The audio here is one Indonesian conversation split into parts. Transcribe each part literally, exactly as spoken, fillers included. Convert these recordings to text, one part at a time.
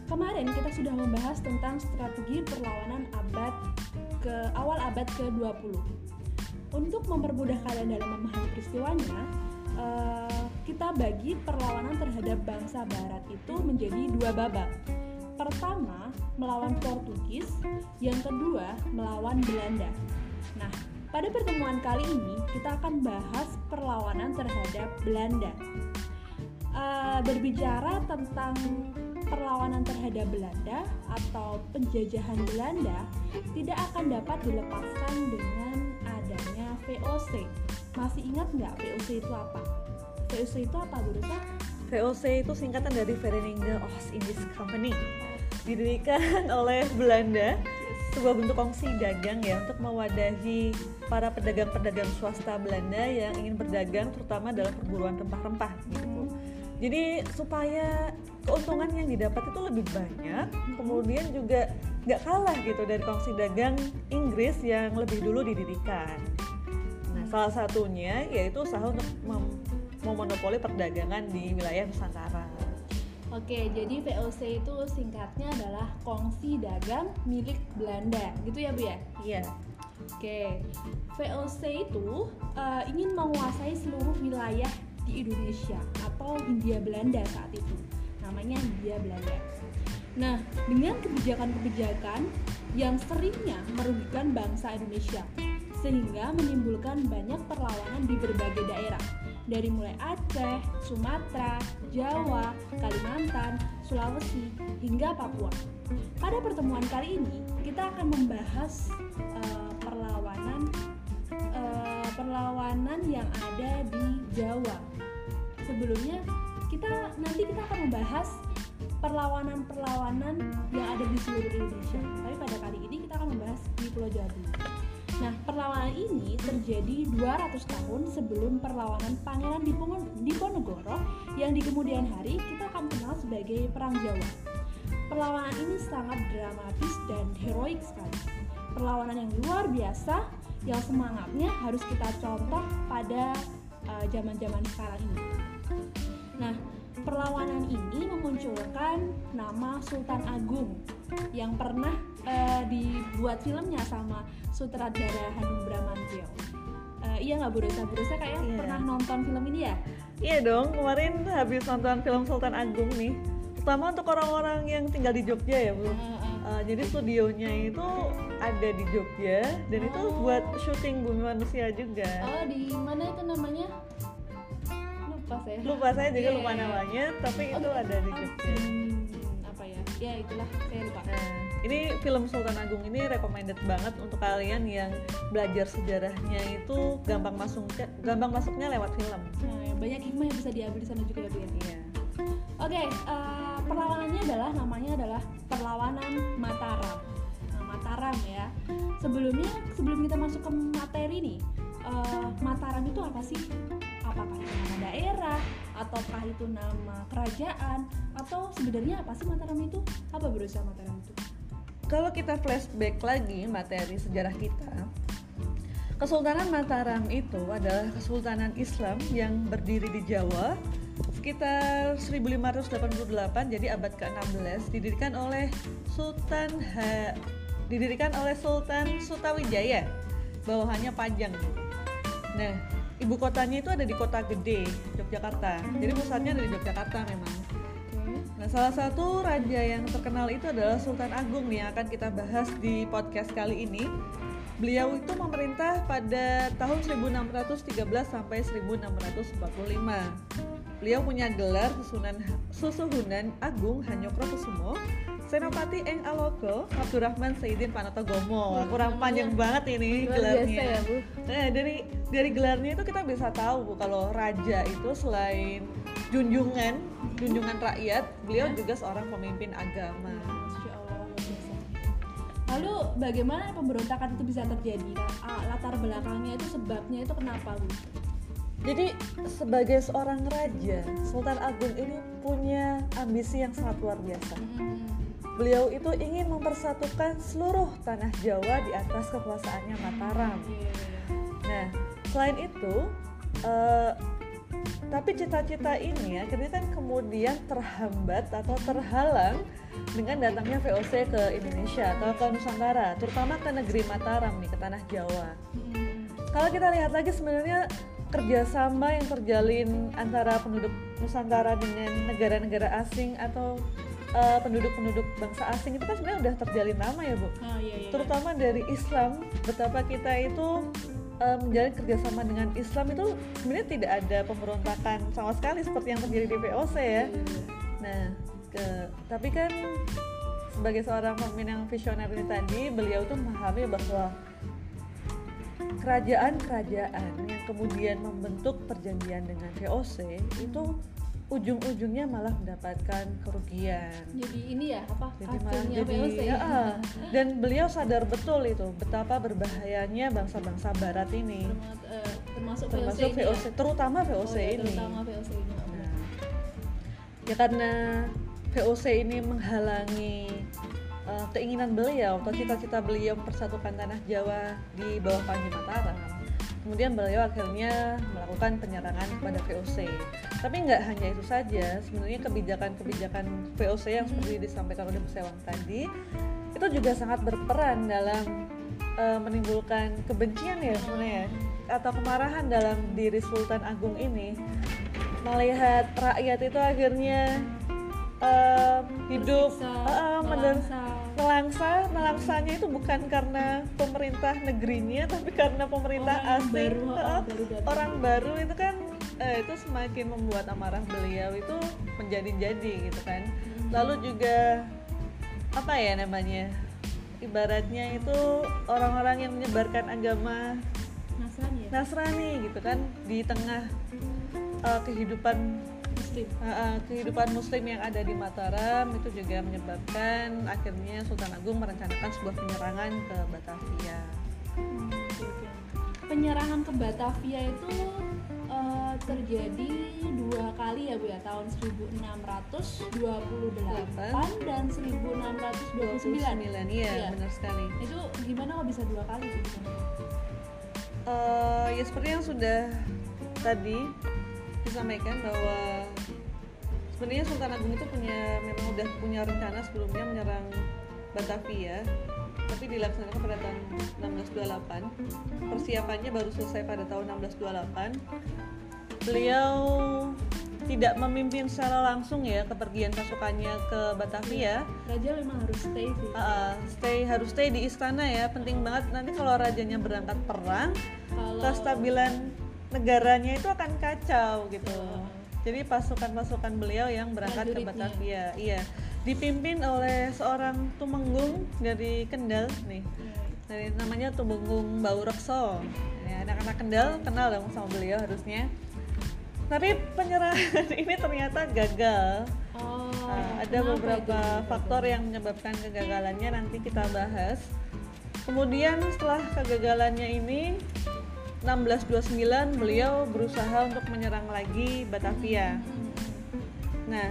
kemarin kita sudah membahas tentang strategi perlawanan abad ke awal abad ke dua puluh. Untuk mempermudah kalian dalam memahami peristiwanya, uh, kita bagi perlawanan terhadap bangsa barat itu menjadi dua babak. Pertama, melawan Portugis, yang kedua, melawan Belanda. Nah, pada pertemuan kali ini kita akan bahas perlawanan terhadap Belanda. Uh, berbicara tentang perlawanan terhadap Belanda atau penjajahan Belanda tidak akan dapat dilepaskan dengan adanya V O C. Masih ingat nggak V O C itu apa? V O C itu apa, Bu Rusa? V O C itu singkatan dari Verenigde Oost-Indische Compagnie. Didirikan oleh Belanda, sebuah bentuk kongsi dagang ya untuk mewadahi para pedagang-pedagang swasta Belanda yang ingin berdagang terutama dalam perburuan rempah-rempah gitu. Jadi supaya keuntungan yang didapat itu lebih banyak, kemudian juga nggak kalah gitu dari kongsi dagang Inggris yang lebih dulu didirikan. Nah, salah satunya yaitu usaha untuk mem- memonopoli perdagangan di wilayah Nusantara. Oke, jadi V O C itu singkatnya adalah kongsi dagang milik Belanda, gitu ya Bu ya? Iya. Oke, V O C itu uh, ingin menguasai seluruh wilayah di Indonesia atau Hindia Belanda saat itu, namanya Hindia Belanda. Nah, dengan kebijakan-kebijakan yang seringnya merugikan bangsa Indonesia, sehingga menimbulkan banyak perlawanan di berbagai daerah, dari mulai Aceh, Sumatera, Jawa, Kalimantan, Sulawesi, hingga Papua. Pada pertemuan kali ini, kita akan membahas uh, perlawanan uh, perlawanan yang ada di Jawa. Sebelumnya, kita nanti kita akan membahas perlawanan-perlawanan yang ada di seluruh Indonesia. Tapi pada kali ini kita akan membahas di Pulau Jawa dulu. Nah, perlawanan ini terjadi dua ratus tahun sebelum perlawanan Pangeran Diponegoro yang di kemudian hari kita akan kenal sebagai Perang Jawa. Perlawanan ini sangat dramatis dan heroik sekali. Perlawanan yang luar biasa yang semangatnya harus kita contoh pada uh, zaman-zaman sekarang ini. Nah, perlawanan ini memunculkan nama Sultan Agung yang pernah uh, dibuat filmnya sama sutradara Hanung Bramantyo. Uh, iya nggak Bu Rosa? Bu Rosa kayaknya yeah. pernah nonton film ini ya? Iya dong, kemarin habis nonton film Sultan Agung nih. Terutama untuk orang-orang yang tinggal di Jogja ya Bu. Uh, uh. Uh, jadi studionya itu ada di Jogja dan oh. itu buat syuting Bumi Manusia juga. Oh, di mana itu namanya? Lupa saya. Lupa saya juga yeah. lupa namanya, tapi oh, itu ada di Jogja. Hmm, apa ya? Ya itulah, saya lupa. Nah, ini film Sultan Agung ini recommended banget untuk kalian yang belajar sejarahnya itu gampang masuknya, gampang masuknya lewat film. Nah, banyak hikmah yang bisa diambil di sana juga ya Bu ya. Iya. Oke, okay, uh, perlawanannya adalah namanya adalah perlawanan Mataram. Nah, Mataram ya. Sebelumnya sebelum kita masuk ke materi nih, uh, Mataram itu apa sih? Apakah itu nama daerah, ataukah itu nama kerajaan, atau sebenarnya apa sih Mataram itu? Apa berusaha Mataram itu? Kalau kita flashback lagi materi sejarah kita, Kesultanan Mataram itu adalah kesultanan Islam yang berdiri di Jawa sekitar seribu lima ratus delapan puluh delapan, jadi abad ke enam belas, didirikan oleh Sultan ha, didirikan oleh Sultan Sutawijaya, bawahannya Pajang. Nah, ibu kotanya itu ada di Kota Gede, Yogyakarta. Jadi pusatnya ada di Yogyakarta memang. Nah, salah satu raja yang terkenal itu adalah Sultan Agung nih yang akan kita bahas di podcast kali ini. Beliau itu memerintah pada tahun seribu enam ratus tiga belas sampai seribu enam ratus empat puluh lima. Beliau punya gelar Susunan Susuhunan Agung Hanyokrokusumo, Senopati Eng Aloko, Abdurrahman Sayyidin Panotogomo. Kurang panjang banget ini gelarnya. Biasa ya, Bu. Nah, dari dari gelarnya itu kita bisa tahu Bu, kalau raja itu selain junjungan, junjungan rakyat, beliau juga seorang pemimpin agama. Masya Allah, biasa. Lalu bagaimana pemberontakan itu bisa terjadi? Nah, latar belakangnya itu sebabnya itu kenapa, Bu? Jadi sebagai seorang raja, Sultan Agung ini punya ambisi yang sangat luar biasa. Hmm. Beliau itu ingin mempersatukan seluruh tanah Jawa di atas kekuasaannya Mataram. Yeah. Nah, selain itu, uh, tapi cita-cita ini akhirnya kan kemudian terhambat atau terhalang dengan datangnya V O C ke Indonesia atau ke Nusantara, terutama ke negeri Mataram nih, ke tanah Jawa. Hmm. Kalau kita lihat lagi sebenarnya kerjasama yang terjalin antara penduduk Nusantara dengan negara-negara asing atau uh, penduduk-penduduk bangsa asing itu kan sebenarnya udah terjalin lama ya Bu. Oh, iya, iya. Terutama dari Islam, betapa kita itu uh, menjalin kerjasama dengan Islam itu sebenarnya tidak ada pemberontakan sama sekali seperti yang terjadi di V O C ya. Nah, ke, tapi kan sebagai seorang pemimpin yang visioner ini tadi, beliau tuh memahami bahwa kerajaan-kerajaan yang kemudian membentuk perjanjian dengan V O C itu ujung-ujungnya malah mendapatkan kerugian. Jadi ini ya apa? Jadi malah Akhirnya jadi V O C. ya, ah. Dan beliau sadar betul itu betapa berbahayanya bangsa-bangsa Barat ini, Termasuk, eh, termasuk, termasuk V O C, V O C, ini ya? terutama V O C Oh, ya, ini. terutama V O C ini. Oh, Nah, ya karena V O C ini menghalangi uh, keinginan beliau atau cita-cita beliau mempersatukan tanah Jawa di bawah Panji Mataram. Kemudian beliau akhirnya melakukan penyerangan kepada V O C. Tapi nggak hanya itu saja, sebenarnya kebijakan-kebijakan V O C yang seperti disampaikan oleh Bu Sewang tadi itu juga sangat berperan dalam uh, menimbulkan kebencian ya sebenarnya, atau kemarahan dalam diri Sultan Agung ini, melihat rakyat itu akhirnya uh, hidup Tersiksa, uh, menden- melangsa. melangsa, melangsanya itu bukan karena pemerintah negerinya, tapi karena pemerintah Orang asing, baru, uh, oh, baru datang. orang baru itu kan uh, itu semakin membuat amarah beliau itu menjadi-jadi gitu kan. Hmm. Lalu juga apa ya namanya, ibaratnya itu orang-orang yang menyebarkan agama Nasrani ya? Nasrani gitu kan di tengah uh, kehidupan Muslim. uh, uh, kehidupan Muslim yang ada di Mataram, itu juga menyebabkan akhirnya Sultan Agung merencanakan sebuah penyerangan ke Batavia. Hmm, oke, oke. Penyerangan ke Batavia itu eh, terjadi dua kali ya Bu ya, tahun seribu enam ratus dua puluh delapan dan seribu enam ratus dua puluh sembilan. Iya, Iya. benar sekali. Itu gimana kok bisa dua kali sih? Uh, ya seperti yang sudah tadi disampaikan bahwa sebenarnya Sultan Agung itu punya memang udah punya rencana sebelumnya menyerang Batavia, tapi dilaksanakan pada tahun enam belas dua puluh delapan. Persiapannya baru selesai pada tahun enam belas dua puluh delapan. Beliau tidak memimpin secara langsung ya kepergian pasukannya ke Batavia. Raja memang harus stay sih. Uh, stay harus stay di istana ya, penting banget. Nanti kalau rajanya berangkat perang, Kalau kestabilan negaranya itu akan kacau gitu. Oh. Jadi pasukan-pasukan beliau yang berangkat ke Prajuritnya. Batavia, iya, dipimpin oleh seorang tumenggung dari Kendal nih, dari namanya Tumenggung Baurekso. Ya, anak-anak Kendal kenal dong sama beliau harusnya. Tapi penyerangan ini ternyata gagal. Oh, Nah, ada kenapa beberapa itu? faktor yang menyebabkan kegagalannya, nanti kita bahas. Kemudian setelah kegagalannya ini, enam belas dua puluh sembilan beliau berusaha untuk menyerang lagi Batavia. Nah,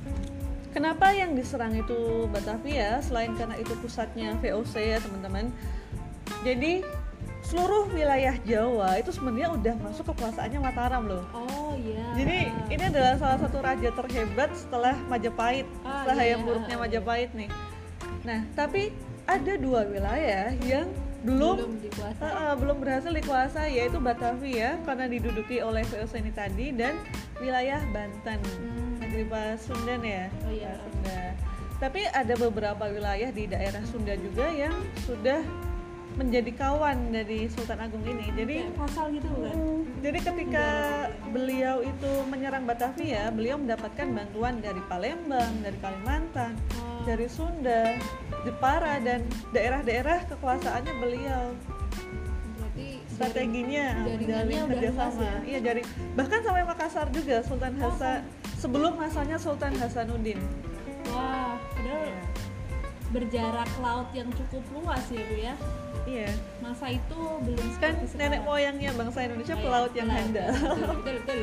kenapa yang diserang itu Batavia selain karena itu pusatnya V O C ya teman-teman? Jadi seluruh wilayah Jawa itu sebenarnya udah masuk kekuasaannya Mataram loh. Oh iya. Jadi ini adalah salah satu raja terhebat setelah Majapahit, Ah, setelah iya, yang buruknya ah, ah. Majapahit nih. Nah, tapi ada dua wilayah yang belum belum dikuasai. uh, uh, belum berhasil dikuasai, yaitu Batavia karena diduduki oleh V O C ini tadi, dan wilayah Banten, Hmm. negeri Pasundan ya. Oh iya. Sunda. Tapi ada beberapa wilayah di daerah Sunda juga yang sudah menjadi kawan dari Sultan Agung ini. Jadi Kayak pasal gitu kan. Hmm, jadi ketika beliau itu menyerang Batavia, beliau mendapatkan bantuan dari Palembang, dari Kalimantan, Oh. dari Sunda, Jepara, dan daerah-daerah kekuasaannya beliau. Berarti Strateginya jaringannya menjalin udah kerjasama. luas ya? Iya, dari bahkan sampai Makassar juga Sultan Oh, Hasan sebelum masanya Sultan Hasanuddin. Wah, padahal Iya. berjarak laut yang cukup luas ya Bu ya. Iya. Masa itu belum Kan seperti nenek sekarang. moyangnya bangsa Indonesia Oh, iya, pelaut yang pelaut. handal. Betul, betul, betul.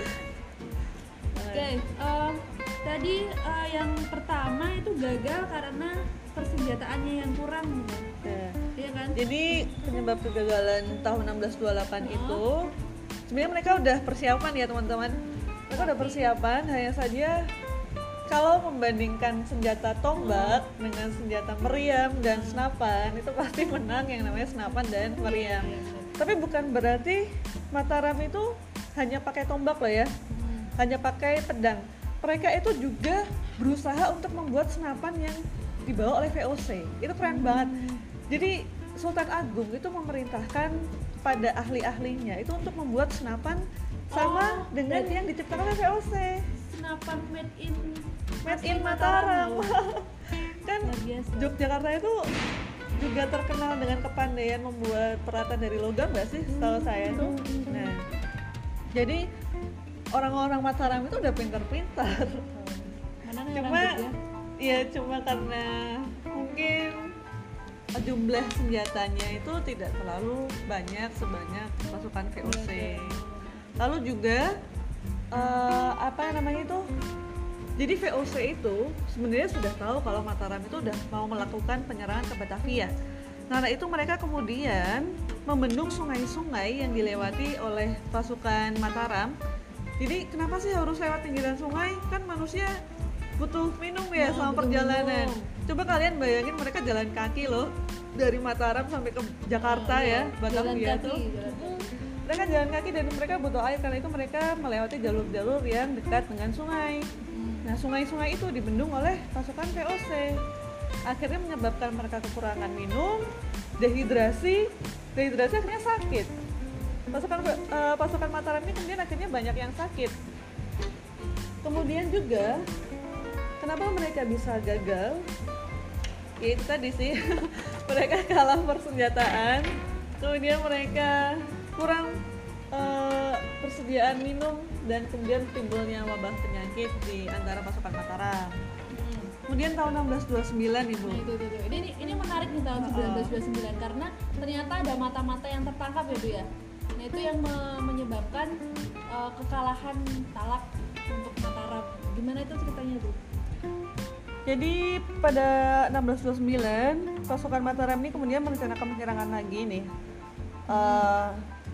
Oke, em, tadi eh, yang pertama itu gagal karena persenjataannya yang kurang, gitu. Nah, Iya kan? jadi penyebab kegagalan tahun enam belas dua puluh delapan Oh. itu sebenarnya mereka udah persiapan ya teman-teman. mereka udah persiapan, hanya saja kalau membandingkan senjata tombak hmm. dengan senjata meriam dan senapan, itu pasti menang yang namanya senapan dan meriam. Iya, iya. Tapi bukan berarti Mataram itu hanya pakai tombak loh ya, hmm. hanya pakai pedang. Mereka itu juga berusaha untuk membuat senapan yang dibawa oleh V O C. Itu keren hmm. banget. Jadi Sultan Agung itu memerintahkan pada ahli-ahlinya itu untuk membuat senapan sama oh, dengan yang diciptakan oleh V O C. Senapan made in made in Mataram. Kan Yogyakarta itu juga terkenal dengan kepandaian membuat peralatan dari logam nggak sih, setahu saya tuh. Nah, jadi orang-orang Mataram itu udah pintar-pintar. Cuma ya cuma karena mungkin jumlah senjatanya itu tidak terlalu banyak sebanyak pasukan V O C. Lalu juga uh, apa namanya itu? Jadi V O C itu sebenarnya sudah tahu kalau Mataram itu udah mau melakukan penyerangan ke Batavia. Karena itu mereka kemudian membendung sungai-sungai yang dilewati oleh pasukan Mataram. Jadi kenapa sih harus lewat pinggiran sungai? Kan manusia butuh minum ya nah, selama perjalanan. Minum. Coba kalian bayangin mereka jalan kaki loh dari Mataram sampai ke Jakarta nah, ya, Batavia tuh. Mereka jalan kaki dan mereka butuh air, karena itu mereka melewati jalur-jalur yang dekat dengan sungai. Nah, sungai-sungai itu dibendung oleh pasukan V O C. Akhirnya menyebabkan mereka kekurangan minum, dehidrasi, dehidrasi akhirnya sakit. Pasukan uh, pasukan Mataram ini kemudian akhirnya banyak yang sakit. Kemudian juga kenapa mereka bisa gagal? Ya itu tadi sih, mereka kalah persenjataan, kemudian mereka kurang uh, persediaan minum, dan kemudian timbulnya wabah penyakit di antara pasukan Mataram. Hmm. Kemudian tahun enam belas dua puluh sembilan Ibu. Nah, itu, itu, itu. Ini, ini menarik nih tahun seribu sembilan ratus dua puluh sembilan uh. karena ternyata ada mata-mata yang tertangkap ya Bu ya. Nah itu yang me- menyebabkan uh, kekalahan Talak untuk Mataram. Gimana itu ceritanya Bu? Jadi pada enam belas dua puluh sembilan pasukan Mataram ini kemudian merencanakan penyerangan lagi nih. Uh,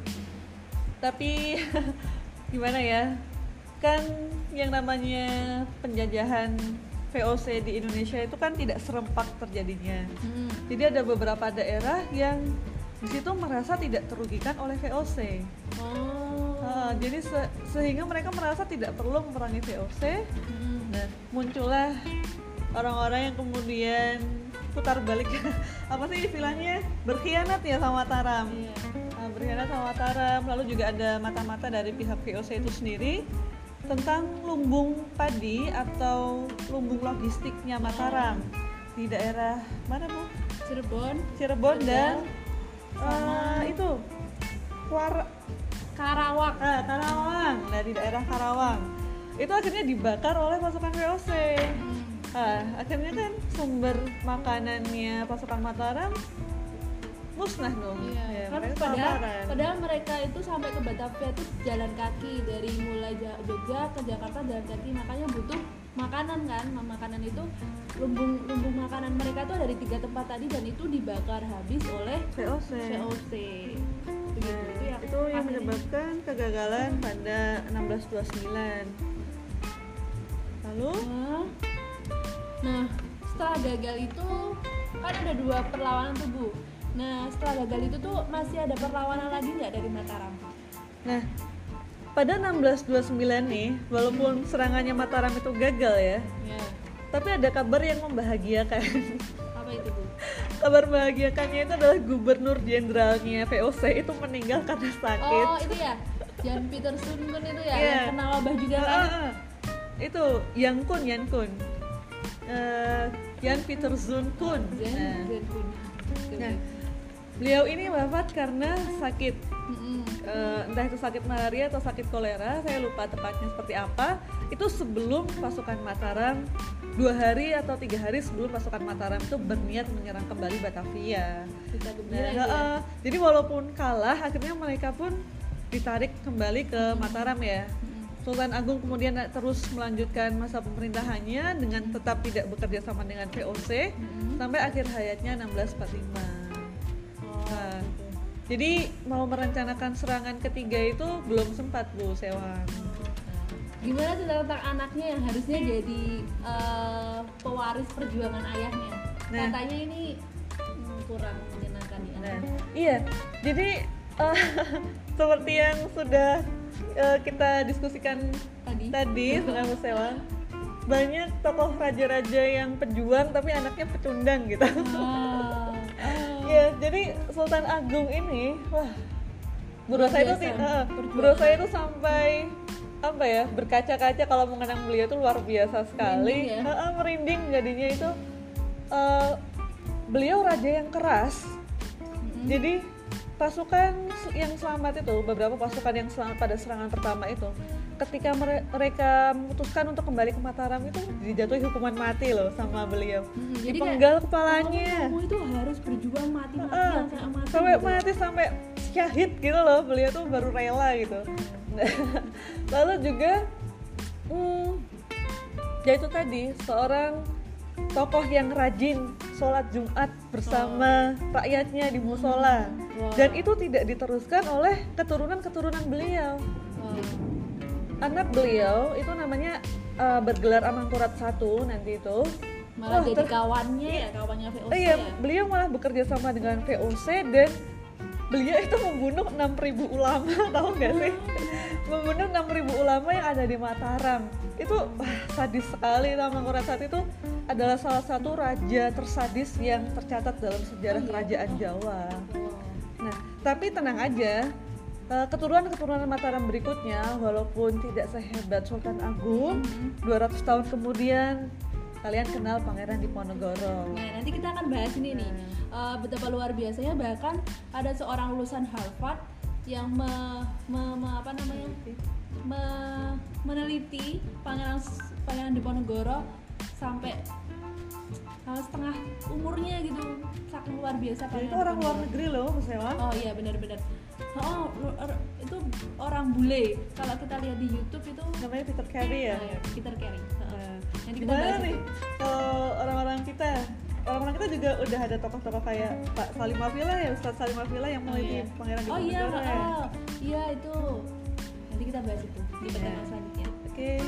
tapi gimana ya, kan yang namanya penjajahan V O C di Indonesia itu kan tidak serempak terjadinya. Hmm. Jadi ada beberapa daerah yang di situ merasa tidak terugikan oleh V O C. Oh. Nah, jadi se- sehingga mereka merasa tidak perlu memerangi V O C. Hmm. Nah, muncullah orang-orang yang kemudian putar balik apa sih istilahnya, berkhianat ya sama Mataram. Yeah. Nah, berkhianat sama Mataram. Lalu juga ada mata-mata dari pihak V O C itu sendiri tentang lumbung padi atau lumbung logistiknya Mataram di daerah mana Bu? Cirebon. Cirebon dan uh, itu Kuar Karawang. Ah, Karawang. Nah, di daerah Karawang itu akhirnya dibakar oleh pasukan V O C. Hmm. Nah, akhirnya kan sumber makanannya pasukan Mataram musnah dong. Iya. Ya, kan padahal, padahal mereka itu sampai ke Batavia itu jalan kaki dari mulai Jogja ke Jakarta jalan kaki, makanya butuh makanan kan. Makanan itu lumbung lumbung makanan mereka itu dari tiga tempat tadi dan itu dibakar habis oleh V O C. V O C. Begitu. Nah, itu yang, itu yang menyebabkan kegagalan pada enam belas dua puluh sembilan. Lalu nah, setelah gagal itu kan ada dua perlawanan tuh Bu. Nah, setelah gagal itu tuh masih ada perlawanan lagi nggak dari Mataram? Nah, pada enam belas dua puluh sembilan nih, walaupun serangannya Mataram itu gagal ya, ya. Tapi ada kabar yang membahagiakan. Apa itu Bu? Kabar membahagiakannya itu adalah gubernur jenderalnya V O C itu meninggal karena sakit. Oh itu ya, Jan Pieterszoon Koen itu ya, yeah. yang kena wabah juga kan? Uh, uh, uh. Itu Yang Kun, Yan Kun. Uh, Jan Pieterszoon Koen. Nah. nah, beliau ini wafat karena sakit, mm-hmm. uh, entah itu sakit malaria atau sakit kolera, saya lupa tepatnya seperti apa. Itu sebelum pasukan Mataram, dua hari atau tiga hari sebelum pasukan Mataram itu berniat menyerang kembali Batavia. Nah, ya? uh, jadi walaupun kalah, akhirnya mereka pun ditarik kembali ke Mataram ya. Sultan Agung kemudian terus melanjutkan masa pemerintahannya dengan tetap tidak bekerja sama dengan V O C mm-hmm. sampai akhir hayatnya enam belas empat puluh lima. Oh, nah, gitu. Jadi mau merencanakan serangan ketiga itu belum sempat Bu Sewang. Gimana cerita tentang anaknya yang harusnya jadi uh, pewaris perjuangan ayahnya? Nah. Katanya ini hmm, kurang menyenangkan ya. Nah, iya, jadi uh, seperti yang sudah uh, kita diskusikan tadi, tadi dengan Bu Sewang, banyak tokoh raja-raja yang pejuang tapi anaknya pecundang gitu. Oh. Oh. Ya, jadi Sultan Agung ini, wah, berusaha itu sih, uh, berusaha itu sampai apa ya, berkaca-kaca kalau mengenang beliau itu luar biasa sekali. Merinding, ya? uh, uh, merinding jadinya itu. Uh, beliau raja yang keras. Mm-hmm. Jadi pasukan yang selamat itu, beberapa pasukan yang selamat pada serangan pertama itu, ketika mereka memutuskan untuk kembali ke Mataram itu dijatuhi hukuman mati loh sama beliau. Hmm, dipenggal kepalanya. Kamu itu harus berjuang mati-matian uh, sampai mati. Sampai gitu. mati sampai syahid gitu loh. Beliau tuh baru rela gitu. Lalu juga hmm, ya itu tadi seorang tokoh yang rajin sholat Jumat bersama oh. rakyatnya di musola. Wow. Dan itu tidak diteruskan oleh keturunan-keturunan beliau. Wow. Anak beliau itu namanya uh, bergelar Amangkurat satu nanti itu. Malah oh, jadi ter- kawannya ya, kawannya V O C iya, ya? Beliau malah bekerja sama dengan V O C dan beliau itu membunuh enam ribu ulama, tahu nggak sih? Membunuh enam ribu ulama yang ada di Mataram. Itu wah, sadis sekali. Amangkurat satu itu adalah salah satu raja tersadis yang tercatat dalam sejarah oh, iya. kerajaan Jawa. Nah, tapi tenang aja, keturunan-keturunan Mataram berikutnya walaupun tidak sehebat Sultan Agung, mm-hmm. dua ratus tahun kemudian kalian kenal Pangeran Diponegoro. Nah, nanti kita akan bahas ini nih, uh, betapa luar biasanya, bahkan ada seorang lulusan Harvard yang me, me, me, apa namanya, me, meneliti Pangeran Pangeran Diponegoro sampai uh, setengah umurnya gitu, saking luar biasa. Itu orang luar negeri loh, Mas Ewa. Oh iya, benar-benar. Oh, itu orang bule. Kalau kita lihat di YouTube itu namanya Peter Carey ya. Nah, ya Peter Carey. Nah, nanti kita bahas nih. Kalau orang-orang kita, orang-orang kita juga udah ada tokoh-tokoh kayak Pak Salim Avila ya, Ustadz Salim Avila yang meneliti oh, iya. Pangeran Diponegoro. Oh iya, ya. oh, iya itu. Nanti kita bahas itu di pertemuan yeah. selanjutnya. Oke. Okay.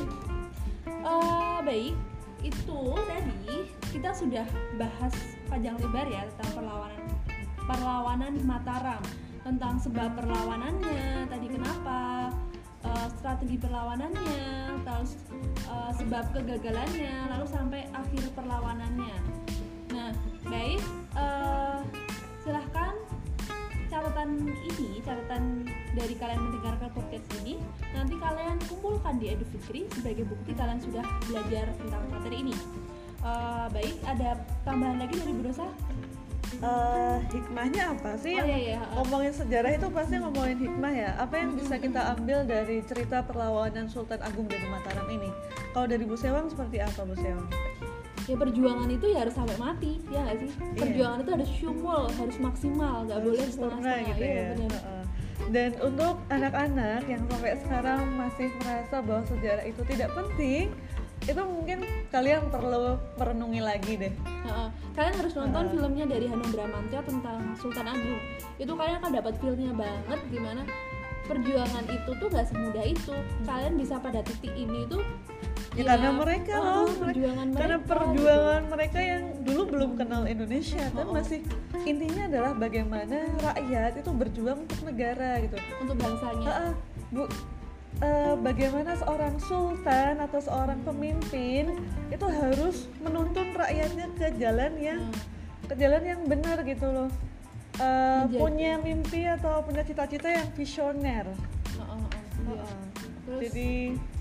Uh, baik, itu tadi kita sudah bahas panjang lebar ya tentang perlawanan perlawanan Mataram, tentang sebab perlawanannya, tadi kenapa, uh, strategi perlawanannya, terus uh, sebab kegagalannya, lalu sampai akhir perlawanannya. Nah, baik, uh, silahkan catatan ini, catatan dari kalian mendengarkan podcast ini, nanti kalian kumpulkan di Edu Fikri sebagai bukti kalian sudah belajar tentang materi ini. Uh, baik, ada tambahan lagi dari Bu Rosa? Uh, hikmahnya apa sih? Oh, iya, iya. Ngomongin sejarah itu pasti ngomongin hikmah ya. Apa yang bisa kita ambil dari cerita perlawanan Sultan Agung dari Mataram ini? Kalau dari Bu Sewang seperti apa, Bu Sewang? Ya perjuangan itu ya harus sampai mati, ya nggak sih? Iya. Perjuangan itu harus syumul, harus maksimal, nggak boleh setengah-setengah gitu ya. Bener. Uh-uh. Dan untuk anak-anak yang sampai sekarang masih merasa bahwa sejarah itu tidak penting, itu mungkin kalian perlu merenungi lagi deh. Uh-uh. Kalian harus nonton uh-uh. filmnya dari Hanung Bramantyo tentang Sultan Agung. Itu kalian akan dapat feel-nya banget gimana perjuangan itu tuh nggak semudah itu. Kalian bisa pada titik ini tuh ya, ya karena mereka oh, loh perjuangan mereka, karena perjuangan gitu. Mereka yang dulu belum kenal Indonesia kan oh, masih intinya adalah bagaimana rakyat itu berjuang untuk negara gitu, untuk bangsanya. uh, uh, bu uh, bagaimana seorang sultan atau seorang pemimpin itu harus menuntun rakyatnya ke jalan yang hmm. ke jalan yang benar gitu loh. Uh, punya mimpi atau punya cita-cita yang visioner. Uh, uh, uh, uh, uh. Terus, jadi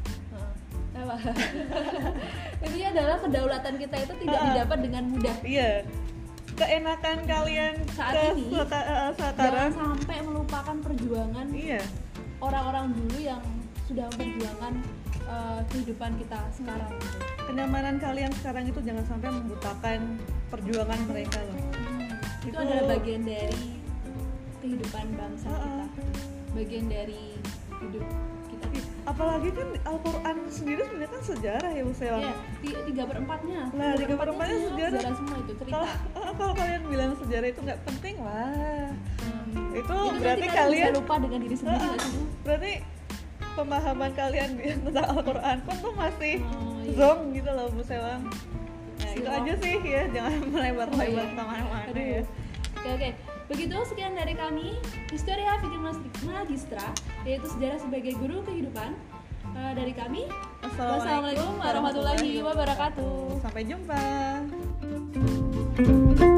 uh, intinya adalah kedaulatan kita itu tidak uh, didapat dengan mudah. Iya. Keenakan kalian saat ke ini seka, uh, sekarang jangan sampai melupakan perjuangan iya. orang-orang dulu yang sudah memperjuangkan uh, kehidupan kita sekarang. Gitu. Kenyamanan kalian sekarang itu jangan sampai membutakan perjuangan mereka loh. Itu, itu adalah bagian dari kehidupan bangsa uh, kita, bagian dari hidup kita. Apalagi kan Al-Quran sendiri sebenarnya kan sejarah ya Bu Sewang. Iya, tiga per empatnya. Nah, tiga per empatnya sejarah. Sejarah semua itu cerita. Kalau, kalau kalian bilang sejarah itu nggak penting, wah, hmm. itu Jadi berarti kalian bisa lupa dengan diri sendiri. Uh, uh, berarti pemahaman kalian tentang Al-Quran pun tuh masih Oh, iya. zonk gitu loh Bu Sewang. Nah itu Siap. aja sih ya, jangan melebar-lebar Oh, iya. kemana-mana Aduh. ya. Oke oke. Begitu sekian dari kami Historia Fikih Magistra, yaitu sejarah sebagai guru kehidupan. Eh, dari kami, wassalamualaikum warahmatullahi wabarakatuh. Sampai jumpa.